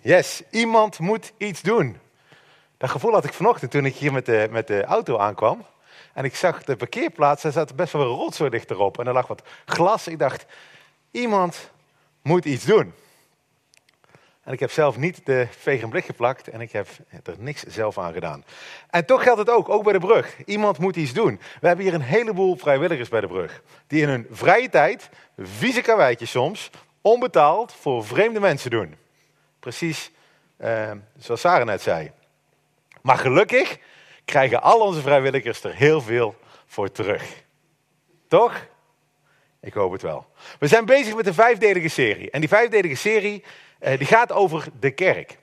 Yes, iemand moet iets doen. Dat gevoel had ik vanochtend toen ik hier met de auto aankwam. En ik zag de parkeerplaats, er zat best wel een rotzooi dicht erop. En er lag wat glas. Ik dacht, iemand moet iets doen. En ik heb zelf niet de veeg en blik geplakt en ik heb er niks zelf aan gedaan. En toch geldt het ook bij de brug. Iemand moet iets doen. We hebben hier een heleboel vrijwilligers bij de brug. Die in hun vrije tijd, vieze karweitjes soms, onbetaald voor vreemde mensen doen. Precies zoals Sarah net zei. Maar gelukkig krijgen al onze vrijwilligers er heel veel voor terug. Toch? Ik hoop het wel. We zijn bezig met een 5-delige serie. En die 5-delige serie die gaat over de kerk.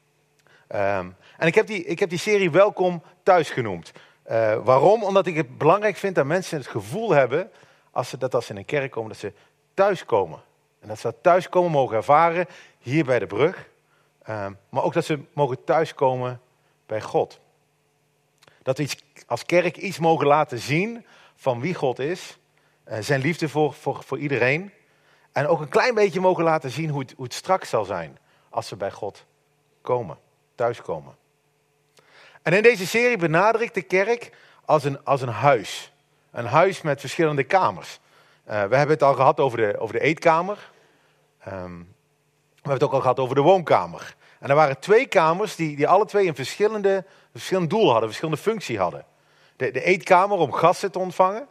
En ik heb die serie Welkom Thuis genoemd. Waarom? Omdat ik het belangrijk vind dat mensen het gevoel hebben, als ze in een kerk komen, dat ze thuiskomen. En dat ze dat thuiskomen mogen ervaren, hier bij de brug. Maar ook dat ze mogen thuiskomen bij God. Dat we als kerk iets mogen laten zien van wie God is. Zijn liefde voor iedereen. En ook een klein beetje mogen laten zien hoe het straks zal zijn als we bij God komen, thuiskomen. En in deze serie benader ik de kerk als een huis. Een huis met verschillende kamers. We hebben het al gehad over de eetkamer. We hebben het ook al gehad over de woonkamer. En er waren 2 kamers die alle 2 een verschillend doel hadden, een verschillende functie hadden. De eetkamer om gasten te ontvangen.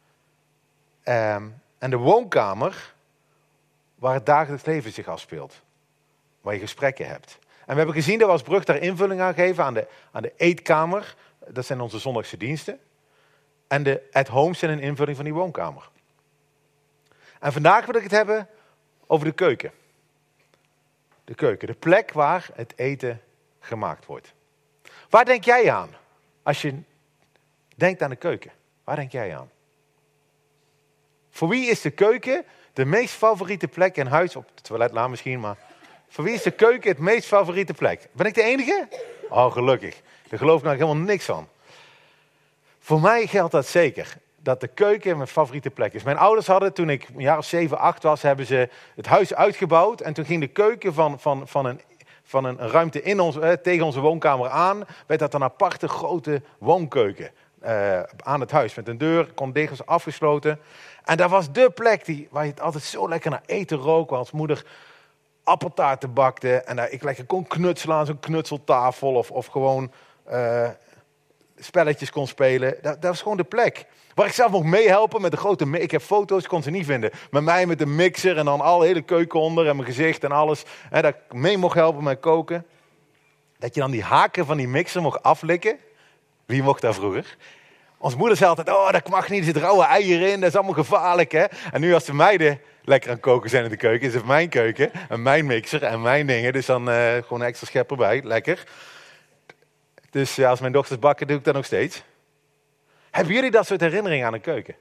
En de woonkamer waar het dagelijks leven zich afspeelt. Waar je gesprekken hebt. En we hebben gezien dat we als brug daar invulling aan geven aan de eetkamer. Dat zijn onze zondagse diensten. En de at-homes zijn een invulling van die woonkamer. En vandaag wil ik het hebben over de keuken. De keuken, de plek waar het eten gemaakt wordt. Waar denk jij aan als je denkt aan de keuken? Waar denk jij aan? Voor wie is de keuken de meest favoriete plek in huis? Op de toiletlaan misschien, maar voor wie is de keuken het meest favoriete plek? Ben ik de enige? Oh, gelukkig. Daar geloof ik nou helemaal niks van. Voor mij geldt dat zeker. Dat de keuken mijn favoriete plek is. Mijn ouders hadden, toen ik een jaar of 7, 8 was, hebben ze het huis uitgebouwd. En toen ging de keuken van een ruimte tegen onze woonkamer aan, werd dat een aparte grote woonkeuken aan het huis. Met een deur, kon dicht, was afgesloten. En dat was de plek waar je het altijd zo lekker naar eten rook. Waar als moeder appeltaarten bakte. En daar ik lekker kon knutselen aan zo'n knutseltafel. Of gewoon spelletjes kon spelen. Dat was gewoon de plek. Waar ik zelf mocht meehelpen met de grote... Ik heb foto's, kon ze niet vinden. Met mij met de mixer en dan al de hele keuken onder en mijn gezicht en alles. En dat ik mee mocht helpen met koken. Dat je dan die haken van die mixer mocht aflikken. Wie mocht dat vroeger? Onze moeder zei altijd, oh dat mag niet, er zitten rauwe eieren in, dat is allemaal gevaarlijk. Hè? En nu als de meiden lekker aan het koken zijn in de keuken, is het mijn keuken en mijn mixer en mijn dingen. Dus dan gewoon een extra schep erbij, lekker. Dus ja, als mijn dochters bakken, doe ik dat nog steeds. Hebben jullie dat soort herinneringen aan een keuken?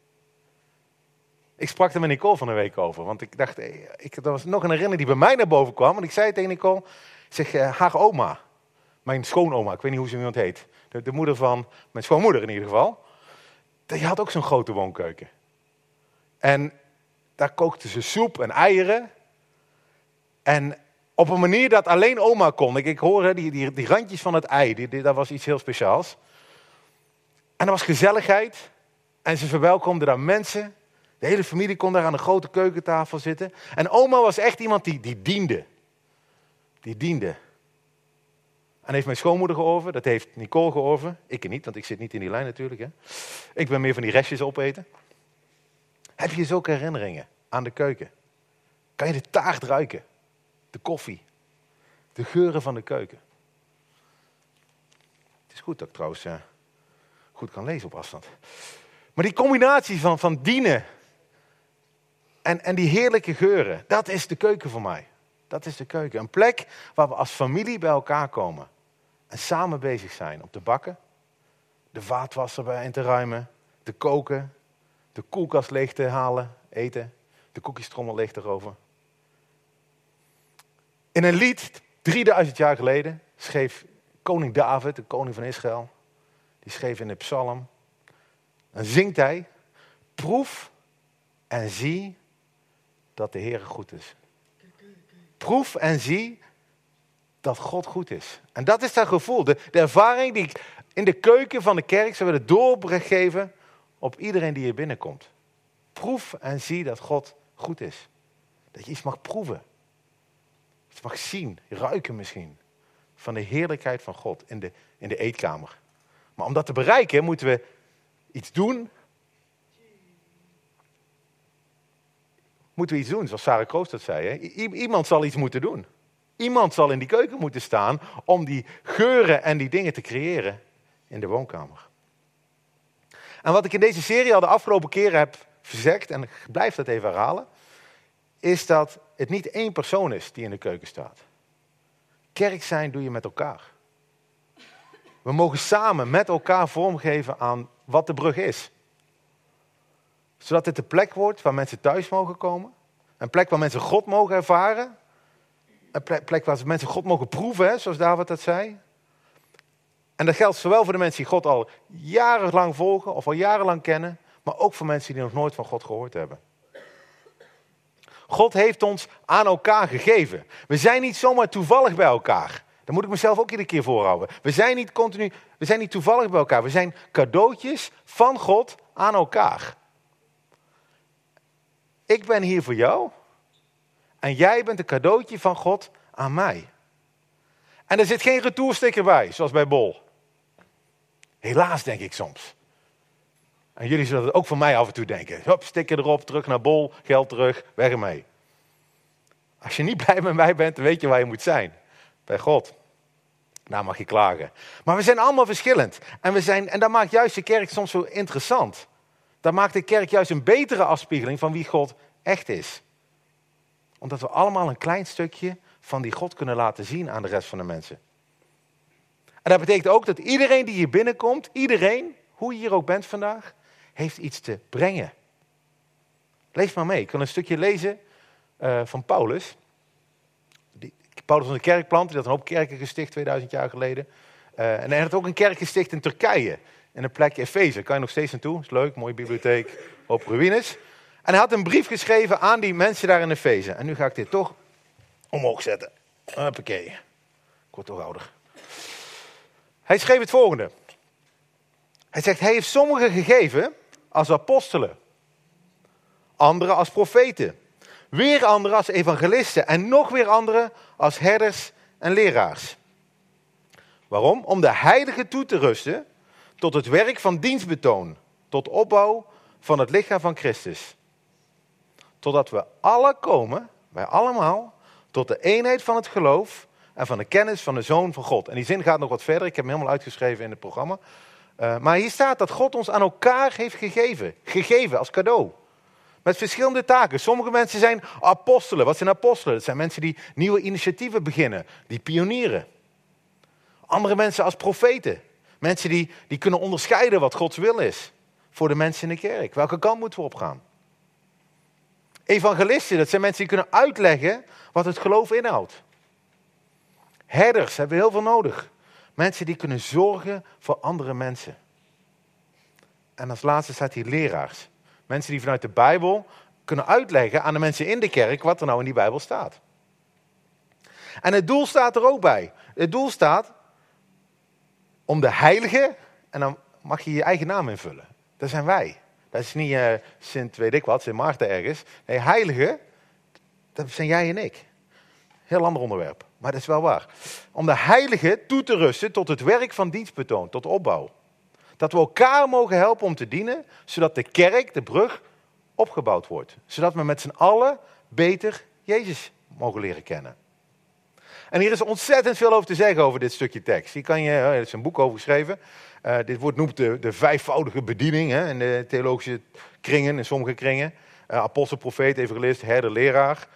Ik sprak er met Nicole van een week over, want ik dacht, dat was nog een herinnering die bij mij naar boven kwam. En ik zei tegen Nicole, ik zeg, haar oma, mijn schoonoma, ik weet niet hoe ze iemand heet. De moeder van mijn schoonmoeder in ieder geval. Die had ook zo'n grote woonkeuken. En daar kookte ze soep en eieren. En op een manier dat alleen oma kon. Ik hoorde die randjes van het ei, dat was iets heel speciaals. En er was gezelligheid. En ze verwelkomde daar mensen. De hele familie kon daar aan de grote keukentafel zitten. En oma was echt iemand die diende. Die diende. En heeft mijn schoonmoeder geoven, dat heeft Nicole geoven. Ik niet, want ik zit niet in die lijn natuurlijk. Hè. Ik ben meer van die restjes opeten. Heb je zulke herinneringen aan de keuken? Kan je de taart ruiken? De koffie? De geuren van de keuken? Het is goed dat ik trouwens goed kan lezen op afstand. Maar die combinatie van dienen en die heerlijke geuren, dat is de keuken voor mij. Dat is de keuken. Een plek waar we als familie bij elkaar komen. En samen bezig zijn om te bakken, de vaatwasser bij in te ruimen, te koken, de koelkast leeg te halen, eten, de koekjestrommel leeg te roven. In een lied, 3000 jaar geleden, schreef koning David, de koning van Israël, die schreef in de psalm, dan zingt hij, proef en zie dat de Heere goed is. Proef en zie dat God goed is. En dat is dat gevoel, de ervaring die ik in de keuken van de kerk zou willen doorgeven op iedereen die hier binnenkomt. Proef en zie dat God goed is. Dat je iets mag proeven. Iets mag zien, ruiken misschien. Van de heerlijkheid van God in de eetkamer. Maar om dat te bereiken moeten we iets doen. Moeten we iets doen, zoals Sarah Kroos dat zei. Hè? Iemand zal iets moeten doen. Iemand zal in die keuken moeten staan om die geuren en die dingen te creëren in de woonkamer. En wat ik in deze serie al de afgelopen keren heb gezegd, en ik blijf dat even herhalen, is dat het niet één persoon is die in de keuken staat. Kerk zijn doe je met elkaar. We mogen samen met elkaar vormgeven aan wat de brug is. Zodat het de plek wordt waar mensen thuis mogen komen. Een plek waar mensen God mogen ervaren. Een plek waar mensen God mogen proeven, hè, zoals David dat zei. En dat geldt zowel voor de mensen die God al jarenlang volgen of al jarenlang kennen, maar ook voor mensen die nog nooit van God gehoord hebben. God heeft ons aan elkaar gegeven. We zijn niet zomaar toevallig bij elkaar. Dat moet ik mezelf ook iedere keer voorhouden. We zijn niet toevallig bij elkaar. We zijn cadeautjes van God aan elkaar. Ik ben hier voor jou en jij bent een cadeautje van God aan mij. En er zit geen retoursticker bij, zoals bij Bol. Helaas, denk ik soms. En jullie zullen het ook van mij af en toe denken. Hop, sticker erop, terug naar Bol, geld terug, weg ermee. Als je niet blij met mij bent, dan weet je waar je moet zijn. Bij God. Daar mag je klagen. Maar we zijn allemaal verschillend. En dat maakt juist de kerk soms zo interessant. Dat maakt de kerk juist een betere afspiegeling van wie God echt is. Omdat we allemaal een klein stukje van die God kunnen laten zien aan de rest van de mensen. En dat betekent ook dat iedereen die hier binnenkomt, iedereen, hoe je hier ook bent vandaag, heeft iets te brengen. Lees maar mee. Ik kan een stukje lezen van Paulus. Paulus was een kerkplant, die had een hoop kerken gesticht 2000 jaar geleden. En hij had ook een kerk gesticht in Turkije. In een plekje Efeze. Kan je nog steeds naartoe. Is leuk, mooie bibliotheek, hoop ruïnes. En hij had een brief geschreven aan die mensen daar in Efeze. En nu ga ik dit toch omhoog zetten. Hoppakee. Ik word toch ouder. Hij schreef het volgende. Hij zegt, hij heeft sommigen gegeven als apostelen. Anderen als profeten. Weer anderen als evangelisten. En nog weer anderen als herders en leraars. Waarom? Om de heiligen toe te rusten tot het werk van dienstbetoon. Tot opbouw van het lichaam van Christus. Totdat we alle komen, wij allemaal, tot de eenheid van het geloof en van de kennis van de Zoon van God. En die zin gaat nog wat verder, ik heb hem helemaal uitgeschreven in het programma. Maar hier staat dat God ons aan elkaar heeft gegeven als cadeau. Met verschillende taken. Sommige mensen zijn apostelen. Wat zijn apostelen? Dat zijn mensen die nieuwe initiatieven beginnen, die pionieren. Andere mensen als profeten. Mensen die kunnen onderscheiden wat Gods wil is voor de mensen in de kerk. Welke kant moeten we op gaan? Evangelisten, dat zijn mensen die kunnen uitleggen wat het geloof inhoudt. Herders hebben we heel veel nodig. Mensen die kunnen zorgen voor andere mensen. En als laatste staat hier leraars. Mensen die vanuit de Bijbel kunnen uitleggen aan de mensen in de kerk wat er nou in die Bijbel staat. En het doel staat er ook bij. Het doel staat om de heiligen, en dan mag je je eigen naam invullen. Dat zijn wij. Dat is niet Sint weet ik wat, Sint Maarten ergens. Nee, heiligen, dat zijn jij en ik. Heel ander onderwerp, maar dat is wel waar. Om de heiligen toe te rusten tot het werk van dienstbetoon, tot opbouw. Dat we elkaar mogen helpen om te dienen, zodat de kerk, de brug, opgebouwd wordt. Zodat we met z'n allen beter Jezus mogen leren kennen. En hier is ontzettend veel over te zeggen over dit stukje tekst. Hier er is een boek over geschreven. Dit wordt noemt de vijfvoudige bediening hè, in de theologische kringen, in sommige kringen. Apostel, profeet, evangelist, herder, leraar.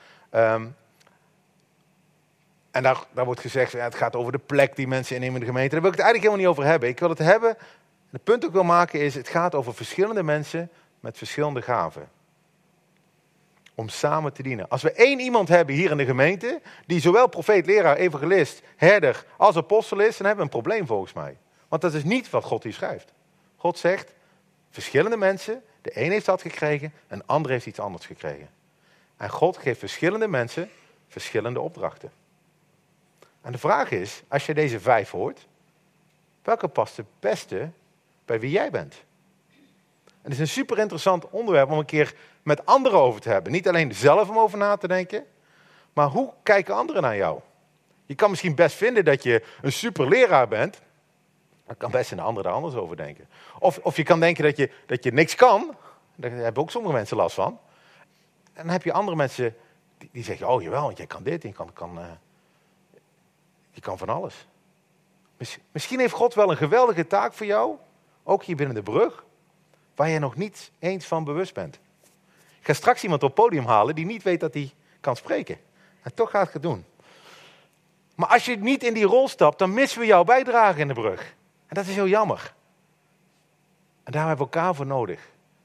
En daar wordt gezegd, het gaat over de plek die mensen innemen in de gemeente. Daar wil ik het eigenlijk helemaal niet over hebben. Ik wil het hebben, het punt dat ik wil maken is, het gaat over verschillende mensen met verschillende gaven. Om samen te dienen. Als we één iemand hebben hier in de gemeente, die zowel profeet, leraar, evangelist, herder als apostel is, dan hebben we een probleem volgens mij. Want dat is niet wat God hier schrijft. God zegt, verschillende mensen, de een heeft dat gekregen, een ander heeft iets anders gekregen. En God geeft verschillende mensen verschillende opdrachten. En de vraag is, als je deze 5 hoort, welke past het beste bij wie jij bent? En het is een super interessant onderwerp om een keer met anderen over te hebben. Niet alleen zelf om over na te denken, maar hoe kijken anderen naar jou? Je kan misschien best vinden dat je een super leraar bent. Dan kan best een ander er anders over denken. Of je kan denken dat je niks kan. Daar hebben ook sommige mensen last van. En dan heb je andere mensen die zeggen, oh jawel, want jij kan dit, je kan van alles. Misschien heeft God wel een geweldige taak voor jou, ook hier binnen de brug, waar je nog niet eens van bewust bent. Ik ga straks iemand op het podium halen die niet weet dat hij kan spreken. En toch gaat het doen. Maar als je niet in die rol stapt, dan missen we jouw bijdrage in de brug. En dat is heel jammer. En daar hebben we elkaar voor nodig.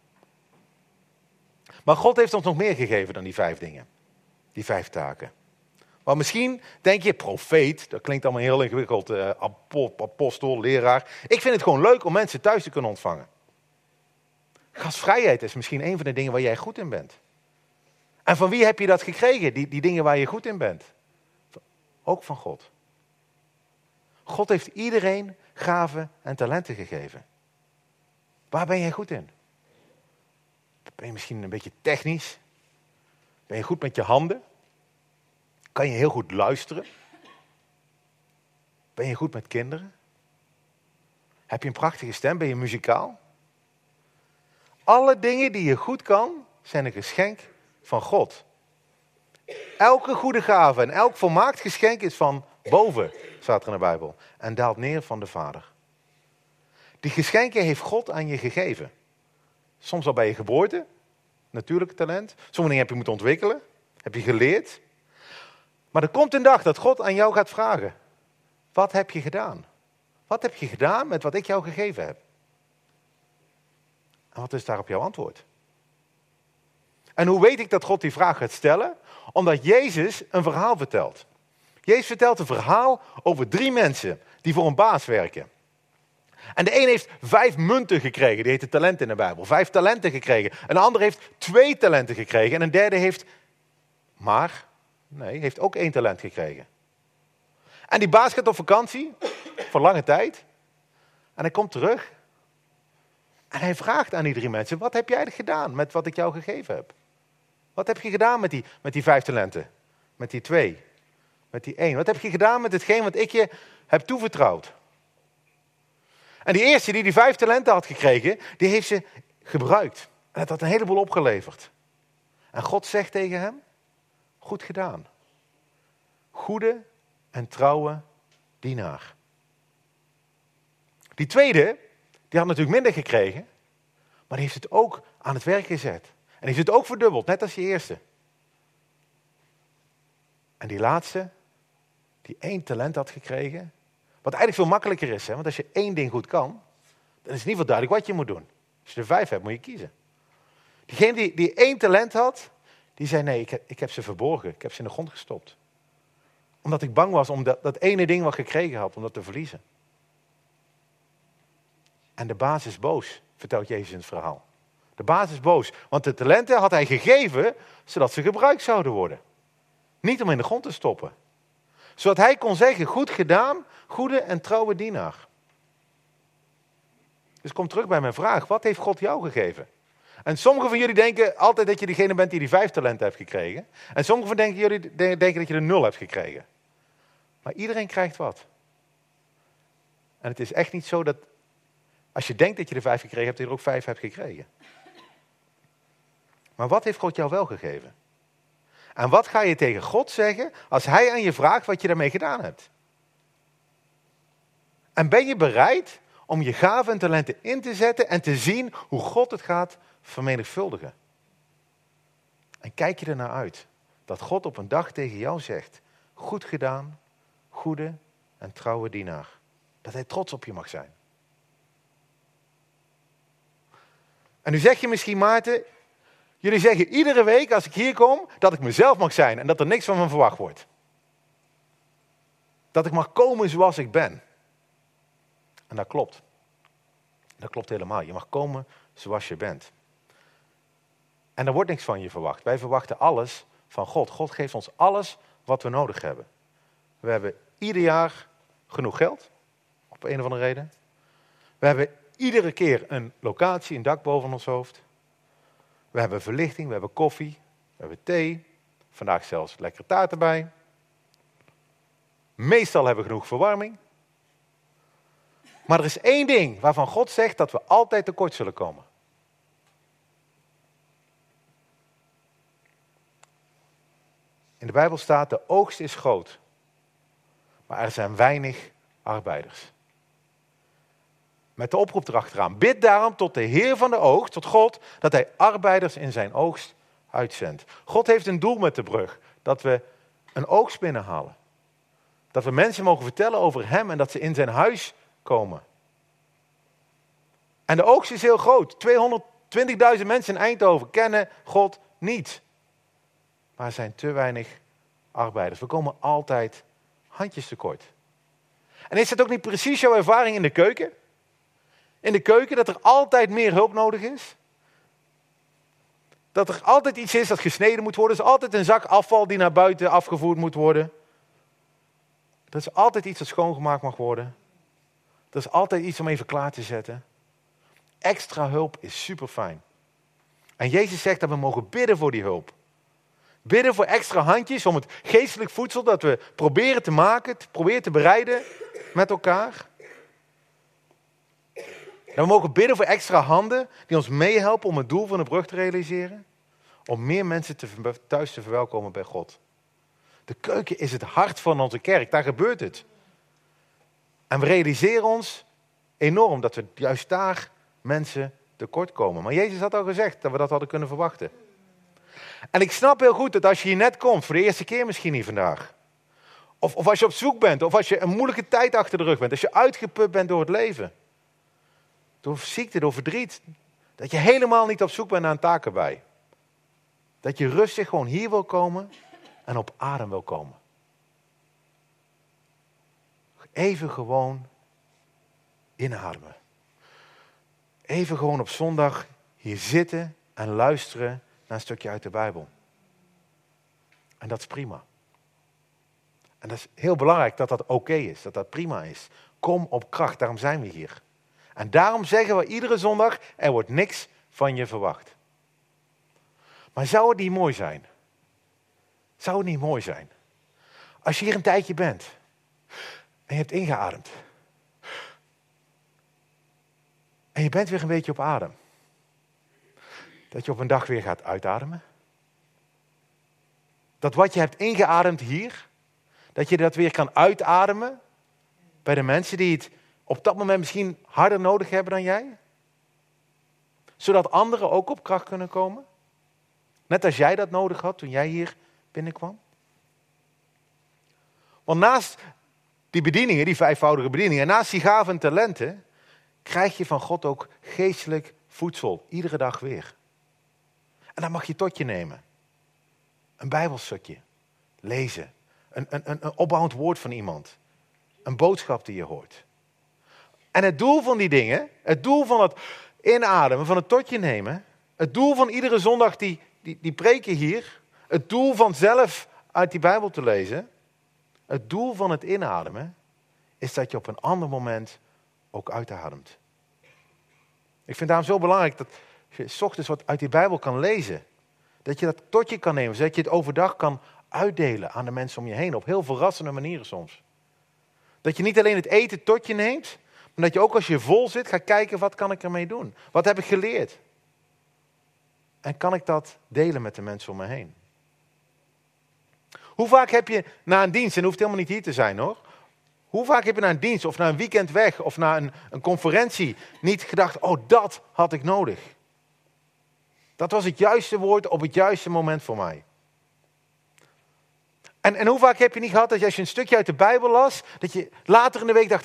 Maar God heeft ons nog meer gegeven dan die 5 dingen. Die 5 taken. Maar misschien denk je, profeet, dat klinkt allemaal heel ingewikkeld. Apostel, leraar. Ik vind het gewoon leuk om mensen thuis te kunnen ontvangen. Gastvrijheid is misschien een van de dingen waar jij goed in bent. En van wie heb je dat gekregen, die dingen waar je goed in bent? Ook van God. God heeft iedereen gaven en talenten gegeven. Waar ben jij goed in? Ben je misschien een beetje technisch? Ben je goed met je handen? Kan je heel goed luisteren? Ben je goed met kinderen? Heb je een prachtige stem? Ben je muzikaal? Alle dingen die je goed kan, zijn een geschenk van God. Elke goede gave en elk volmaakt geschenk is van boven, staat er in de Bijbel. En daalt neer van de Vader. Die geschenken heeft God aan je gegeven. Soms al bij je geboorte, natuurlijk talent. Sommige dingen heb je moeten ontwikkelen, heb je geleerd. Maar er komt een dag dat God aan jou gaat vragen. Wat heb je gedaan? Wat heb je gedaan met wat ik jou gegeven heb? En wat is daarop jouw antwoord? En hoe weet ik dat God die vraag gaat stellen? Omdat Jezus een verhaal vertelt. Jezus vertelt een verhaal over 3 mensen die voor een baas werken. En de een heeft 5 munten gekregen, die heet de talenten in de Bijbel. 5 talenten gekregen. Een ander heeft 2 talenten gekregen. En een derde heeft ook 1 talent gekregen. En die baas gaat op vakantie, voor lange tijd. En hij komt terug. En hij vraagt aan die 3 mensen, wat heb jij gedaan met wat ik jou gegeven heb? Wat heb je gedaan met die 5 talenten? Met die 2? Met die 1? Wat heb je gedaan met hetgeen wat ik je heb toevertrouwd? En die eerste die 5 talenten had gekregen, die heeft ze gebruikt. En het had een heleboel opgeleverd. En God zegt tegen hem, goed gedaan. Goede en trouwe dienaar. Die tweede, die had natuurlijk minder gekregen, maar die heeft het ook aan het werk gezet. En die heeft het ook verdubbeld, net als die eerste. En die laatste, die 1 talent had gekregen, wat eigenlijk veel makkelijker is, hè? Want als je 1 ding goed kan, dan is het in ieder geval duidelijk wat je moet doen. Als je er 5 hebt, moet je kiezen. Diegene die 1 talent had, die zei nee, ik heb ze verborgen, ik heb ze in de grond gestopt. Omdat ik bang was om dat ene ding wat ik gekregen had, om dat te verliezen. En de baas is boos, vertelt Jezus in het verhaal. De baas is boos, want de talenten had hij gegeven, zodat ze gebruikt zouden worden. Niet om in de grond te stoppen. Zodat hij kon zeggen, goed gedaan, goede en trouwe dienaar. Dus kom terug bij mijn vraag, wat heeft God jou gegeven? En sommigen van jullie denken altijd dat je degene bent die die 5 talenten heeft gekregen. En sommigen van jullie denken dat je er 0 hebt gekregen. Maar iedereen krijgt wat. En het is echt niet zo dat als je denkt dat je er 5 gekregen hebt, dat je er ook 5 hebt gekregen. Maar wat heeft God jou wel gegeven? En wat ga je tegen God zeggen als hij aan je vraagt wat je daarmee gedaan hebt? En ben je bereid om je gaven en talenten in te zetten en te zien hoe God het gaat vermenigvuldigen? En kijk je ernaar uit dat God op een dag tegen jou zegt, goed gedaan, goede en trouwe dienaar. Dat hij trots op je mag zijn. En nu zeg je misschien, Maarten, jullie zeggen iedere week als ik hier kom, dat ik mezelf mag zijn en dat er niks van me verwacht wordt. Dat ik mag komen zoals ik ben. En dat klopt. Dat klopt helemaal. Je mag komen zoals je bent. En er wordt niks van je verwacht. Wij verwachten alles van God. God geeft ons alles wat we nodig hebben. We hebben ieder jaar genoeg geld, op een of andere reden. We hebben iedere keer een locatie, een dak boven ons hoofd. We hebben verlichting, we hebben koffie, we hebben thee. Vandaag zelfs lekkere taart erbij. Meestal hebben we genoeg verwarming. Maar er is één ding waarvan God zegt dat we altijd tekort zullen komen. In de Bijbel staat, de oogst is groot, maar er zijn weinig arbeiders. Met de oproep erachteraan. Bid daarom tot de Heer van de oogst, tot God, dat hij arbeiders in zijn oogst uitzendt. God heeft een doel met de brug, dat we een oogst binnenhalen. Dat we mensen mogen vertellen over hem en dat ze in zijn huis komen. En de oogst is heel groot. 220.000 mensen in Eindhoven kennen God niet. Maar er zijn te weinig arbeiders. We komen altijd handjes tekort. En is dat ook niet precies jouw ervaring in de keuken? In de keuken dat er altijd meer hulp nodig is? Dat er altijd iets is dat gesneden moet worden. Er is altijd een zak afval die naar buiten afgevoerd moet worden. Er is altijd iets dat schoongemaakt mag worden. Er is altijd iets om even klaar te zetten. Extra hulp is super fijn. En Jezus zegt dat we mogen bidden voor die hulp. Bidden voor extra handjes om het geestelijk voedsel dat we proberen te maken, proberen te bereiden met elkaar. En we mogen bidden voor extra handen die ons meehelpen om het doel van de brug te realiseren. Om meer mensen thuis te verwelkomen bij God. De keuken is het hart van onze kerk, daar gebeurt het. En we realiseren ons enorm dat we juist daar mensen tekort komen. Maar Jezus had al gezegd dat we dat hadden kunnen verwachten. En ik snap heel goed dat als je hier net komt, voor de eerste keer misschien niet vandaag. Of als je op zoek bent, of als je een moeilijke tijd achter de rug bent. Als je uitgeput bent door het leven. Door ziekte, door verdriet. Dat je helemaal niet op zoek bent naar een taak erbij. Dat je rustig gewoon hier wil komen en op adem wil komen. Even gewoon inademen. Even gewoon op zondag hier zitten en luisteren naar een stukje uit de Bijbel. En dat is prima. En dat is heel belangrijk dat dat oké is, dat dat prima is. Kom op kracht, daarom zijn we hier. En daarom zeggen we iedere zondag, er wordt niks van je verwacht. Maar zou het niet mooi zijn? Zou het niet mooi zijn? Als je hier een tijdje bent en je hebt ingeademd. En je bent weer een beetje op adem. Dat je op een dag weer gaat uitademen. Dat wat je hebt ingeademd hier, dat je dat weer kan uitademen bij de mensen die het op dat moment misschien harder nodig hebben dan jij. Zodat anderen ook op kracht kunnen komen. Net als jij dat nodig had toen jij hier binnenkwam. Want naast die bedieningen, die vijfvoudige bedieningen, en naast die gaven en talenten, krijg je van God ook geestelijk voedsel. Iedere dag weer. En dan mag je tot je nemen. Een bijbelstukje. Lezen. Een opbouwend woord van iemand. Een boodschap die je hoort. En het doel van die dingen, het doel van het inademen, van het tot je nemen, het doel van iedere zondag die preken hier, het doel van zelf uit die Bijbel te lezen, het doel van het inademen, is dat je op een ander moment ook uitademt. Ik vind daarom zo belangrijk dat je 's ochtends wat uit die Bijbel kan lezen. Dat je dat tot je kan nemen, zodat je het overdag kan uitdelen aan de mensen om je heen. Op heel verrassende manieren soms. Dat je niet alleen het eten tot je neemt, maar dat je ook als je vol zit gaat kijken, wat kan ik ermee doen? Wat heb ik geleerd? En kan ik dat delen met de mensen om me heen? Hoe vaak heb je na een dienst, en het hoeft helemaal niet hier te zijn hoor. Hoe vaak heb je na een dienst of na een weekend weg of na een conferentie niet gedacht, oh dat had ik nodig. Dat was het juiste woord op het juiste moment voor mij. En hoe vaak heb je niet gehad dat als je een stukje uit de Bijbel las, dat je later in de week dacht,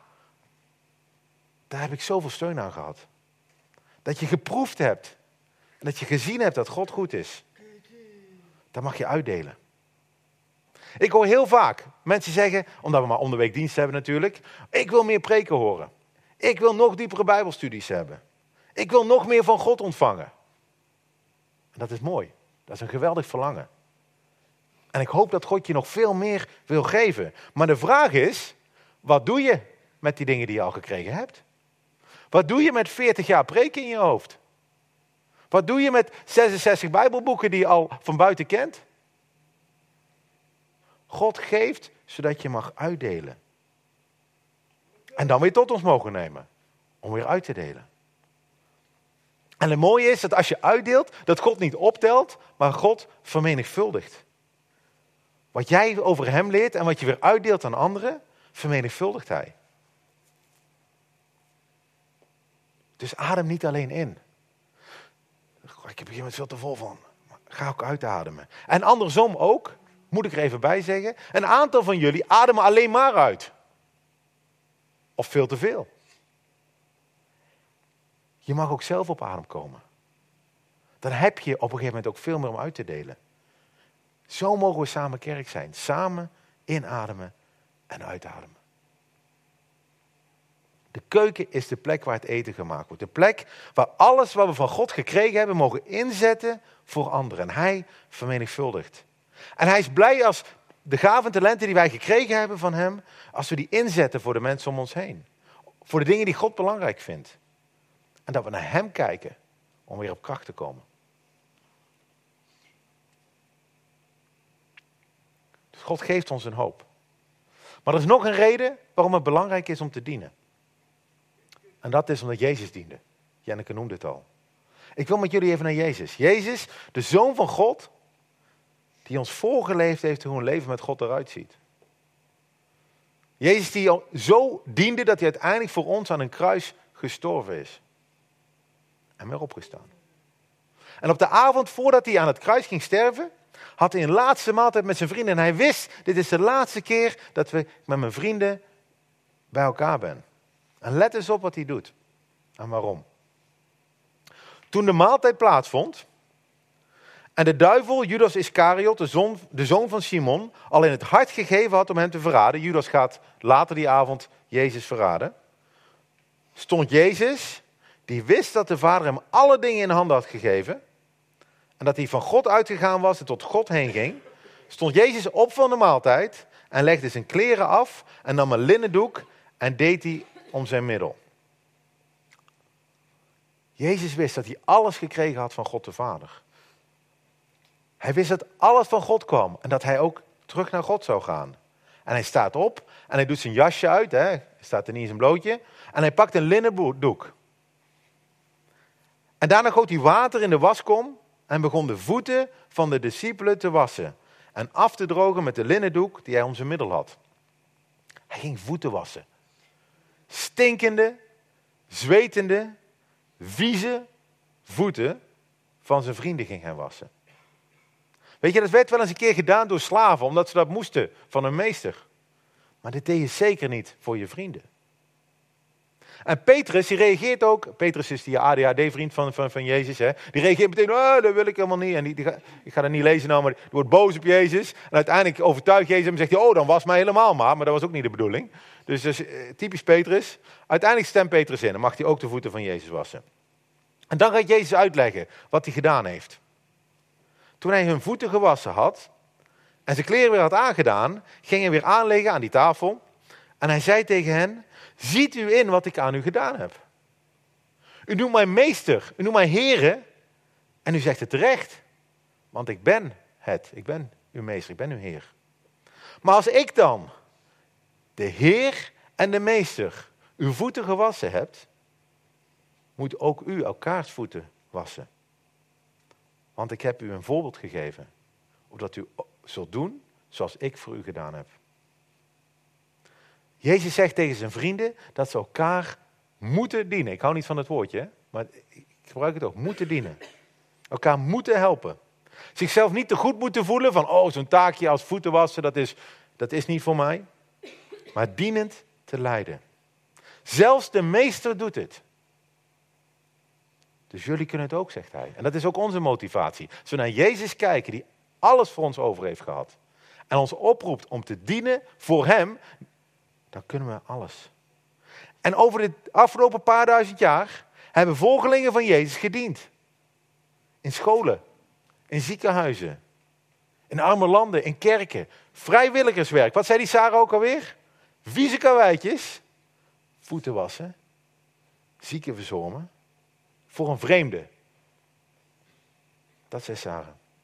daar heb ik zoveel steun aan gehad. Dat je geproefd hebt en dat je gezien hebt dat God goed is. Dat mag je uitdelen. Ik hoor heel vaak mensen zeggen, omdat we maar onderweek dienst hebben natuurlijk, ik wil meer preken horen. Ik wil nog diepere Bijbelstudies hebben. Ik wil nog meer van God ontvangen. En dat is mooi. Dat is een geweldig verlangen. En ik hoop dat God je nog veel meer wil geven. Maar de vraag is, wat doe je met die dingen die je al gekregen hebt? Wat doe je met 40 jaar preken in je hoofd? Wat doe je met 66 Bijbelboeken die je al van buiten kent? God geeft zodat je mag uitdelen. En dan weer tot ons mogen nemen. Om weer uit te delen. En het mooie is dat als je uitdeelt, dat God niet optelt, maar God vermenigvuldigt. Wat jij over hem leert en wat je weer uitdeelt aan anderen, vermenigvuldigt hij. Dus adem niet alleen in. Ik heb hier met veel te vol van. Ga ook uitademen. En andersom ook, moet ik er even bij zeggen, een aantal van jullie ademen alleen maar uit. Of veel te veel. Je mag ook zelf op adem komen. Dan heb je op een gegeven moment ook veel meer om uit te delen. Zo mogen we samen kerk zijn. Samen inademen en uitademen. De keuken is de plek waar het eten gemaakt wordt. De plek waar alles wat we van God gekregen hebben mogen inzetten voor anderen. En hij vermenigvuldigt. En hij is blij als de gaven en talenten die wij gekregen hebben van hem, als we die inzetten voor de mensen om ons heen. Voor de dingen die God belangrijk vindt. En dat we naar hem kijken om weer op kracht te komen. Dus God geeft ons een hoop. Maar er is nog een reden waarom het belangrijk is om te dienen. En dat is omdat Jezus diende. Janneke noemde het al. Ik wil met jullie even naar Jezus. Jezus, de Zoon van God, die ons voorgeleefd heeft hoe een leven met God eruit ziet. Jezus die zo diende dat hij uiteindelijk voor ons aan een kruis gestorven is. En weer opgestaan. En op de avond voordat hij aan het kruis ging sterven, had hij een laatste maaltijd met zijn vrienden. En hij wist, dit is de laatste keer dat we met mijn vrienden bij elkaar ben. En let eens op wat hij doet. En waarom. Toen de maaltijd plaatsvond en de duivel, Judas Iscariot, de zoon van Simon, al in het hart gegeven had om hem te verraden. Judas gaat later die avond Jezus verraden. Stond Jezus, die wist dat de Vader hem alle dingen in handen had gegeven. En dat hij van God uitgegaan was en tot God heen ging. Stond Jezus op van de maaltijd en legde zijn kleren af en nam een linnen doek en deed die om zijn middel. Jezus wist dat hij alles gekregen had van God de Vader. Hij wist dat alles van God kwam en dat hij ook terug naar God zou gaan. En hij staat op en hij doet zijn jasje uit, hij staat er niet in zijn blootje. En hij pakt een linnen doek. En daarna goot hij water in de waskom en begon de voeten van de discipelen te wassen. En af te drogen met de linnen doek die hij om zijn middel had. Hij ging voeten wassen. Stinkende, zwetende, vieze voeten van zijn vrienden ging hij wassen. Weet je, dat werd wel eens een keer gedaan door slaven, omdat ze dat moesten van hun meester. Maar dit deed je zeker niet voor je vrienden. En Petrus, die reageert ook. Petrus is die ADHD-vriend van Jezus. Hè? Die reageert meteen, oh, dat wil ik helemaal niet. En ik ga dat niet lezen nou, maar die wordt boos op Jezus. En uiteindelijk overtuigt Jezus hem en zegt hij, oh, dan was mij helemaal maar. Maar dat was ook niet de bedoeling. Dus typisch Petrus. Uiteindelijk stemt Petrus in en mag hij ook de voeten van Jezus wassen. En dan gaat Jezus uitleggen wat hij gedaan heeft. Toen hij hun voeten gewassen had en zijn kleren weer had aangedaan, ging hij weer aanleggen aan die tafel. En hij zei tegen hen, ziet u in wat ik aan u gedaan heb? U noemt mij meester, u noemt mij heren en u zegt het terecht. Want ik ben het, ik ben uw meester, ik ben uw heer. Maar als ik dan, de heer en de meester, uw voeten gewassen hebt, moet ook u elkaars voeten wassen. Want ik heb u een voorbeeld gegeven, opdat u zult doen zoals ik voor u gedaan heb. Jezus zegt tegen zijn vrienden dat ze elkaar moeten dienen. Ik hou niet van het woordje, maar ik gebruik het ook. Moeten dienen. Elkaar moeten helpen. Zichzelf niet te goed moeten voelen van, oh, zo'n taakje als voeten wassen, dat is niet voor mij. Maar dienend te leiden. Zelfs de meester doet het. Dus jullie kunnen het ook, zegt hij. En dat is ook onze motivatie. Als we naar Jezus kijken, die alles voor ons over heeft gehad. En ons oproept om te dienen voor hem, dan kunnen we alles. En over de afgelopen paar duizend jaar hebben volgelingen van Jezus gediend. In scholen, in ziekenhuizen, In arme landen, in kerken. Vrijwilligerswerk. Wat zei die Sarah ook alweer? Vieze karweitjes. Voeten wassen. Zieken verzorgen. Voor een vreemde. Dat zei Sarah.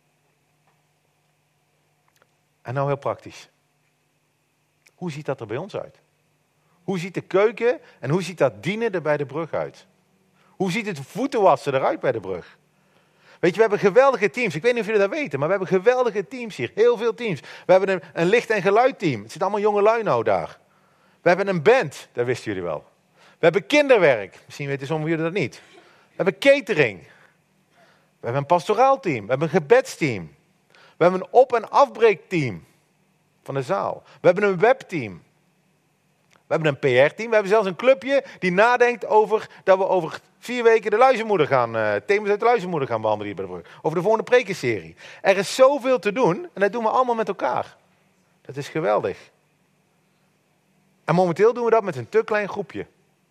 En nou heel praktisch. Hoe ziet dat er bij ons uit? Hoe ziet de keuken en hoe ziet dat dienen er bij de brug uit? Hoe ziet het voeten wassen eruit bij de brug? Weet je, we hebben geweldige teams. Ik weet niet of jullie dat weten, maar we hebben geweldige teams hier. Heel veel teams. We hebben een licht- en geluidteam. Het zitten allemaal jonge lui nou daar. We hebben een band, dat wisten jullie wel. We hebben kinderwerk. Misschien weten sommigen jullie dat niet. We hebben catering. We hebben een pastoraal team. We hebben een gebedsteam. We hebben een op- en afbreekteam van de zaal. We hebben een webteam. We hebben een PR-team. We hebben zelfs een clubje die nadenkt over dat we over 4 weken de luizenmoeder thema's uit de luizenmoeder gaan behandelen hier bij de brug. Over de volgende prekenserie. Er is zoveel te doen en dat doen we allemaal met elkaar. Dat is geweldig. En momenteel doen we dat met een te klein groepje.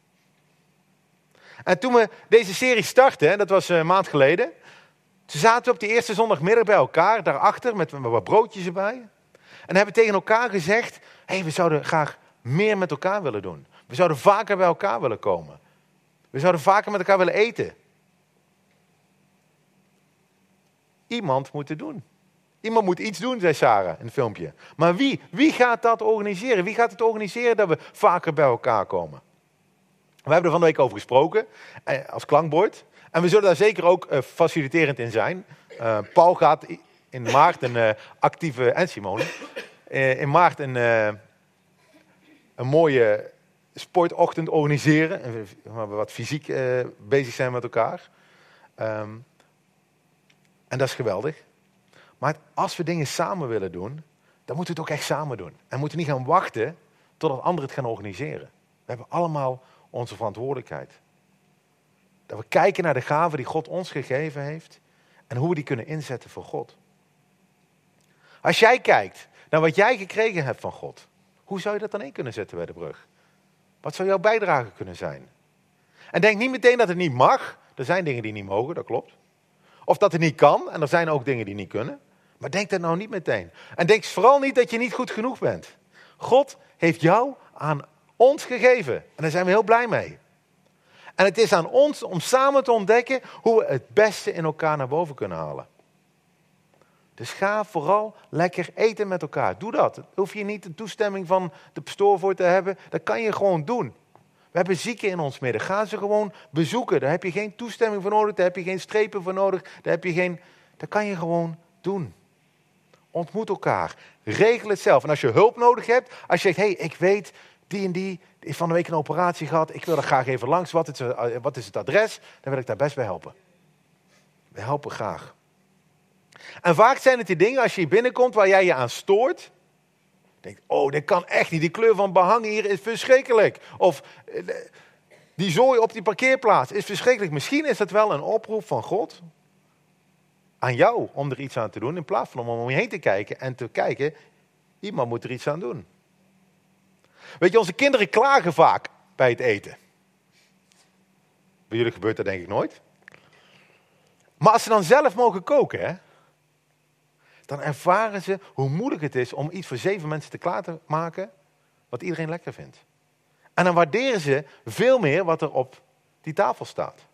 En toen we deze serie startten, dat was een maand geleden. Toen zaten we op die eerste zondagmiddag bij elkaar, daarachter, met wat broodjes erbij. En hebben tegen elkaar gezegd, we zouden graag meer met elkaar willen doen. We zouden vaker bij elkaar willen komen. We zouden vaker met elkaar willen eten. Iemand moet het doen. Iemand moet iets doen, zei Sarah in het filmpje. Maar wie? Wie gaat dat organiseren? Wie gaat het organiseren dat we vaker bij elkaar komen? We hebben er van de week over gesproken, als klankbord. En we zullen daar zeker ook faciliterend in zijn. Paul gaat in maart een actieve, en Simone, in maart een mooie sportochtend organiseren. En waar we wat fysiek bezig zijn met elkaar. En dat is geweldig. Maar als we dingen samen willen doen, dan moeten we het ook echt samen doen. En moeten niet gaan wachten totdat anderen het gaan organiseren. We hebben allemaal onze verantwoordelijkheid. Dat we kijken naar de gaven die God ons gegeven heeft en hoe we die kunnen inzetten voor God. Als jij kijkt naar wat jij gekregen hebt van God, hoe zou je dat dan in kunnen zetten bij de brug? Wat zou jouw bijdrage kunnen zijn? En denk niet meteen dat het niet mag. Er zijn dingen die niet mogen, dat klopt. Of dat het niet kan, en er zijn ook dingen die niet kunnen. Maar denk dat nou niet meteen. En denk vooral niet dat je niet goed genoeg bent. God heeft jou aan ons gegeven. En daar zijn we heel blij mee. En het is aan ons om samen te ontdekken hoe we het beste in elkaar naar boven kunnen halen. Dus ga vooral lekker eten met elkaar. Doe dat. Daar hoef je niet de toestemming van de pastoor voor te hebben. Dat kan je gewoon doen. We hebben zieken in ons midden. Ga ze gewoon bezoeken. Daar heb je geen toestemming voor nodig. Daar heb je geen strepen voor nodig. Dat kan je gewoon doen. Ontmoet elkaar. Regel het zelf. En als je hulp nodig hebt. Als je zegt, ik weet, die en die heeft van de week een operatie gehad. Ik wil er graag even langs. Wat is het adres? Dan wil ik daar best bij helpen. We helpen graag. En vaak zijn het die dingen als je hier binnenkomt waar jij je aan stoort. Denk, dit kan echt niet. Die kleur van behang hier is verschrikkelijk. Of die zooi op die parkeerplaats is verschrikkelijk. Misschien is dat wel een oproep van God aan jou om er iets aan te doen. In plaats van om je heen te kijken en te kijken, iemand moet er iets aan doen. Weet je, onze kinderen klagen vaak bij het eten. Bij jullie gebeurt dat denk ik nooit. Maar als ze dan zelf mogen koken, hè, dan ervaren ze hoe moeilijk het is om iets voor 7 mensen te klaar te maken wat iedereen lekker vindt. En dan waarderen ze veel meer wat er op die tafel staat.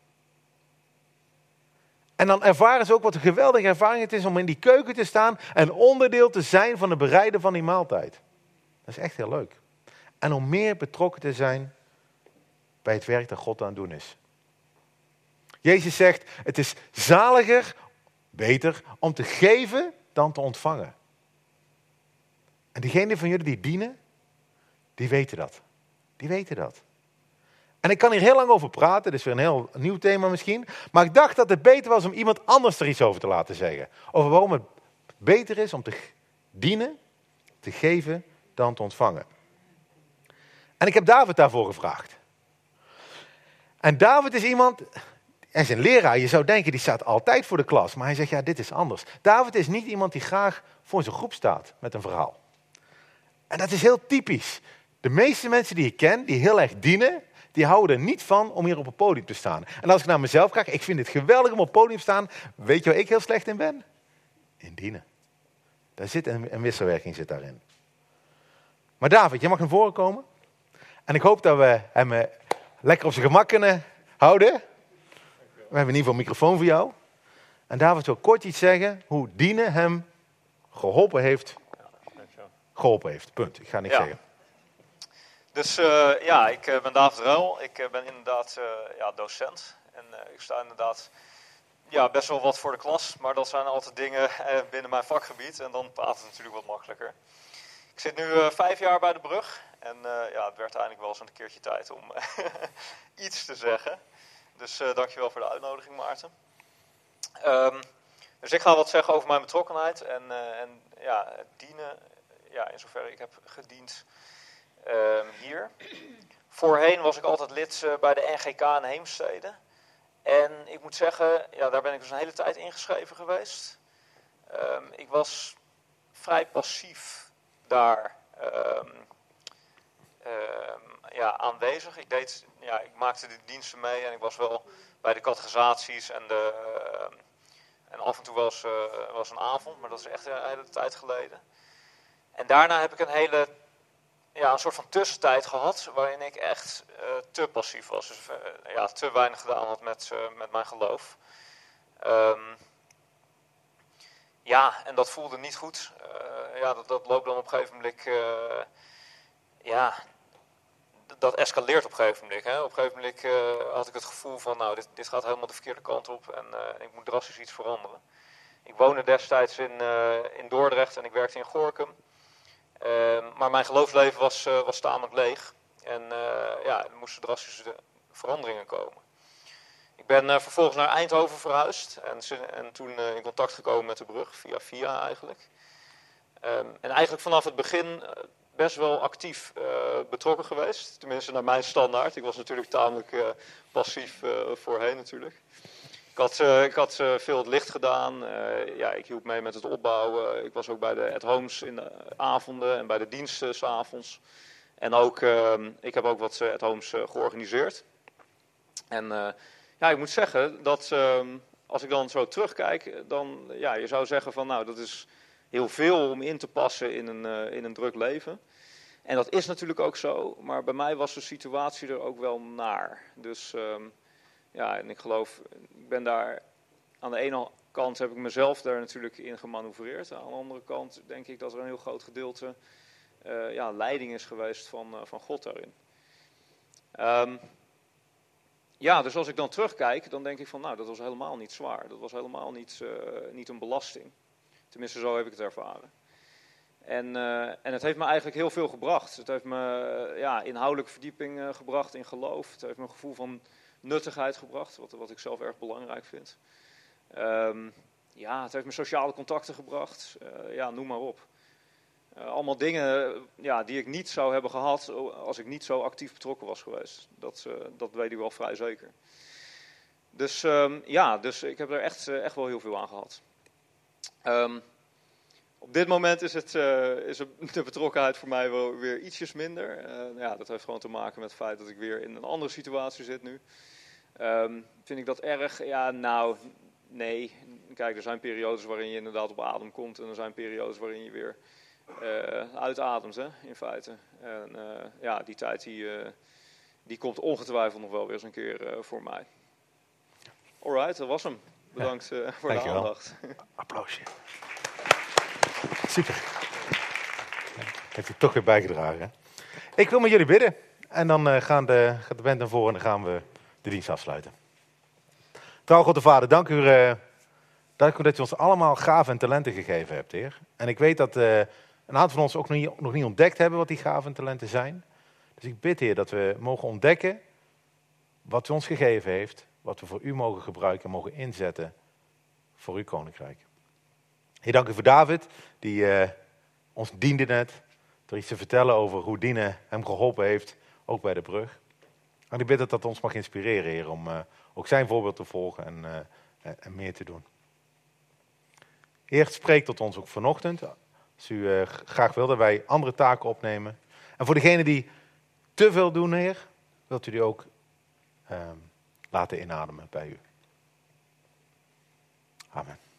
En dan ervaren ze ook wat een geweldige ervaring het is om in die keuken te staan en onderdeel te zijn van het bereiden van die maaltijd. Dat is echt heel leuk. En om meer betrokken te zijn bij het werk dat God aan het doen is. Jezus zegt, het is zaliger, beter, om te geven dan te ontvangen. En diegenen van jullie die dienen, die weten dat. Die weten dat. En ik kan hier heel lang over praten, dit is weer een heel nieuw thema misschien. Maar ik dacht dat het beter was om iemand anders er iets over te laten zeggen. Over waarom het beter is om te dienen, te geven, dan te ontvangen. En ik heb David daarvoor gevraagd. En David is iemand, en zijn leraar, je zou denken die staat altijd voor de klas. Maar hij zegt, dit is anders. David is niet iemand die graag voor zijn groep staat met een verhaal. En dat is heel typisch. De meeste mensen die ik ken, die heel erg dienen, die houden er niet van om hier op het podium te staan. En als ik naar mezelf kijk, ik vind het geweldig om op het podium te staan. Weet je waar ik heel slecht in ben? In dienen. Daar zit een wisselwerking zit daarin. Maar David, je mag naar voren komen. En ik hoop dat we hem lekker op zijn gemak kunnen houden. We hebben in ieder geval een microfoon voor jou. En David wil kort iets zeggen hoe dienen hem geholpen heeft. Punt. Ik ga niks zeggen. Dus ik ben David Ruil. Ik ben inderdaad docent. En ik sta inderdaad best wel wat voor de klas. Maar dat zijn altijd dingen binnen mijn vakgebied. En dan praat het natuurlijk wat makkelijker. Ik zit nu 5 jaar bij de brug. En het werd eindelijk wel eens een keertje tijd om iets te zeggen. Dus dankjewel voor de uitnodiging, Maarten. Dus ik ga wat zeggen over mijn betrokkenheid. En het dienen. Ja, in zoverre ik heb gediend hier. Voorheen was ik altijd lid bij de NGK in Heemstede. En ik moet zeggen, daar ben ik dus een hele tijd ingeschreven geweest. Ik was vrij passief daar aanwezig. Ik maakte de diensten mee en ik was wel bij de catechisaties en af en toe was een avond, maar dat is echt een hele tijd geleden. En daarna heb ik een soort van tussentijd gehad waarin ik echt te passief was. Dus te weinig gedaan had met mijn geloof. En dat voelde niet goed. Dat loopt dan op een gegeven moment. Dat escaleert op een gegeven moment. Hè. Op een gegeven moment had ik het gevoel van, dit gaat helemaal de verkeerde kant op en ik moet drastisch iets veranderen. Ik woonde destijds in Dordrecht en ik werkte in Gorinchem. Maar mijn geloofsleven was tamelijk leeg. En er moesten drastische veranderingen komen. Ik ben vervolgens naar Eindhoven verhuisd. En toen in contact gekomen met de brug, via eigenlijk. En eigenlijk vanaf het begin best wel actief betrokken geweest. Tenminste naar mijn standaard. Ik was natuurlijk tamelijk passief voorheen natuurlijk. Ik had veel het licht gedaan. Ik hielp mee met het opbouwen. Ik was ook bij de at-homes in de avonden en bij de diensten 's avonds. En ook, ik heb ook wat at-homes georganiseerd. En ik moet zeggen dat als ik dan zo terugkijk, dan je zou zeggen van dat is heel veel om in te passen in een druk leven. En dat is natuurlijk ook zo, maar bij mij was de situatie er ook wel naar. Dus en ik geloof, ik ben daar aan de ene kant heb ik mezelf daar natuurlijk in gemanoeuvreerd. Aan de andere kant denk ik dat er een heel groot gedeelte leiding is geweest van God daarin. Dus als ik dan terugkijk, dan denk ik van dat was helemaal niet zwaar. Dat was helemaal niet een belasting. Tenminste, zo heb ik het ervaren. En het heeft me eigenlijk heel veel gebracht. Het heeft me inhoudelijke verdieping gebracht in geloof. Het heeft me een gevoel van nuttigheid gebracht, wat ik zelf erg belangrijk vind. Het heeft me sociale contacten gebracht. Noem maar op. Allemaal dingen die ik niet zou hebben gehad als ik niet zo actief betrokken was geweest. Dat weet ik wel vrij zeker. Dus ik heb er echt wel heel veel aan gehad. Op dit moment is de betrokkenheid voor mij wel weer ietsjes minder. Dat heeft gewoon te maken met het feit dat ik weer in een andere situatie zit nu. Vind ik dat erg? Nee. Kijk, er zijn periodes waarin je inderdaad op adem komt. En er zijn periodes waarin je weer uitademt, hè, in feite. En die tijd die komt ongetwijfeld nog wel weer eens een keer voor mij. Alright, dat was hem. Bedankt voor de aandacht. Applausje. Super. Heeft u toch weer bijgedragen. Hè? Ik wil met jullie bidden. En dan gaat de band naar voren en dan gaan we de dienst afsluiten. Trouw God de Vader, dank u dat u ons allemaal gaven en talenten gegeven hebt, Heer. En ik weet dat een aantal van ons ook nog niet ontdekt hebben wat die gaven en talenten zijn. Dus ik bid, Heer, dat we mogen ontdekken wat u ons gegeven heeft. Wat we voor u mogen gebruiken en mogen inzetten voor uw koninkrijk. Heer, dank u voor David, die ons diende net. Door iets te vertellen over hoe dienen hem geholpen heeft, ook bij de brug. En ik bid dat dat ons mag inspireren, Heer, om ook zijn voorbeeld te volgen en meer te doen. Heer, spreek tot ons ook vanochtend. Als u graag wil dat wij andere taken opnemen. En voor degenen die te veel doen, Heer, wilt u die ook laten inademen bij u. Amen.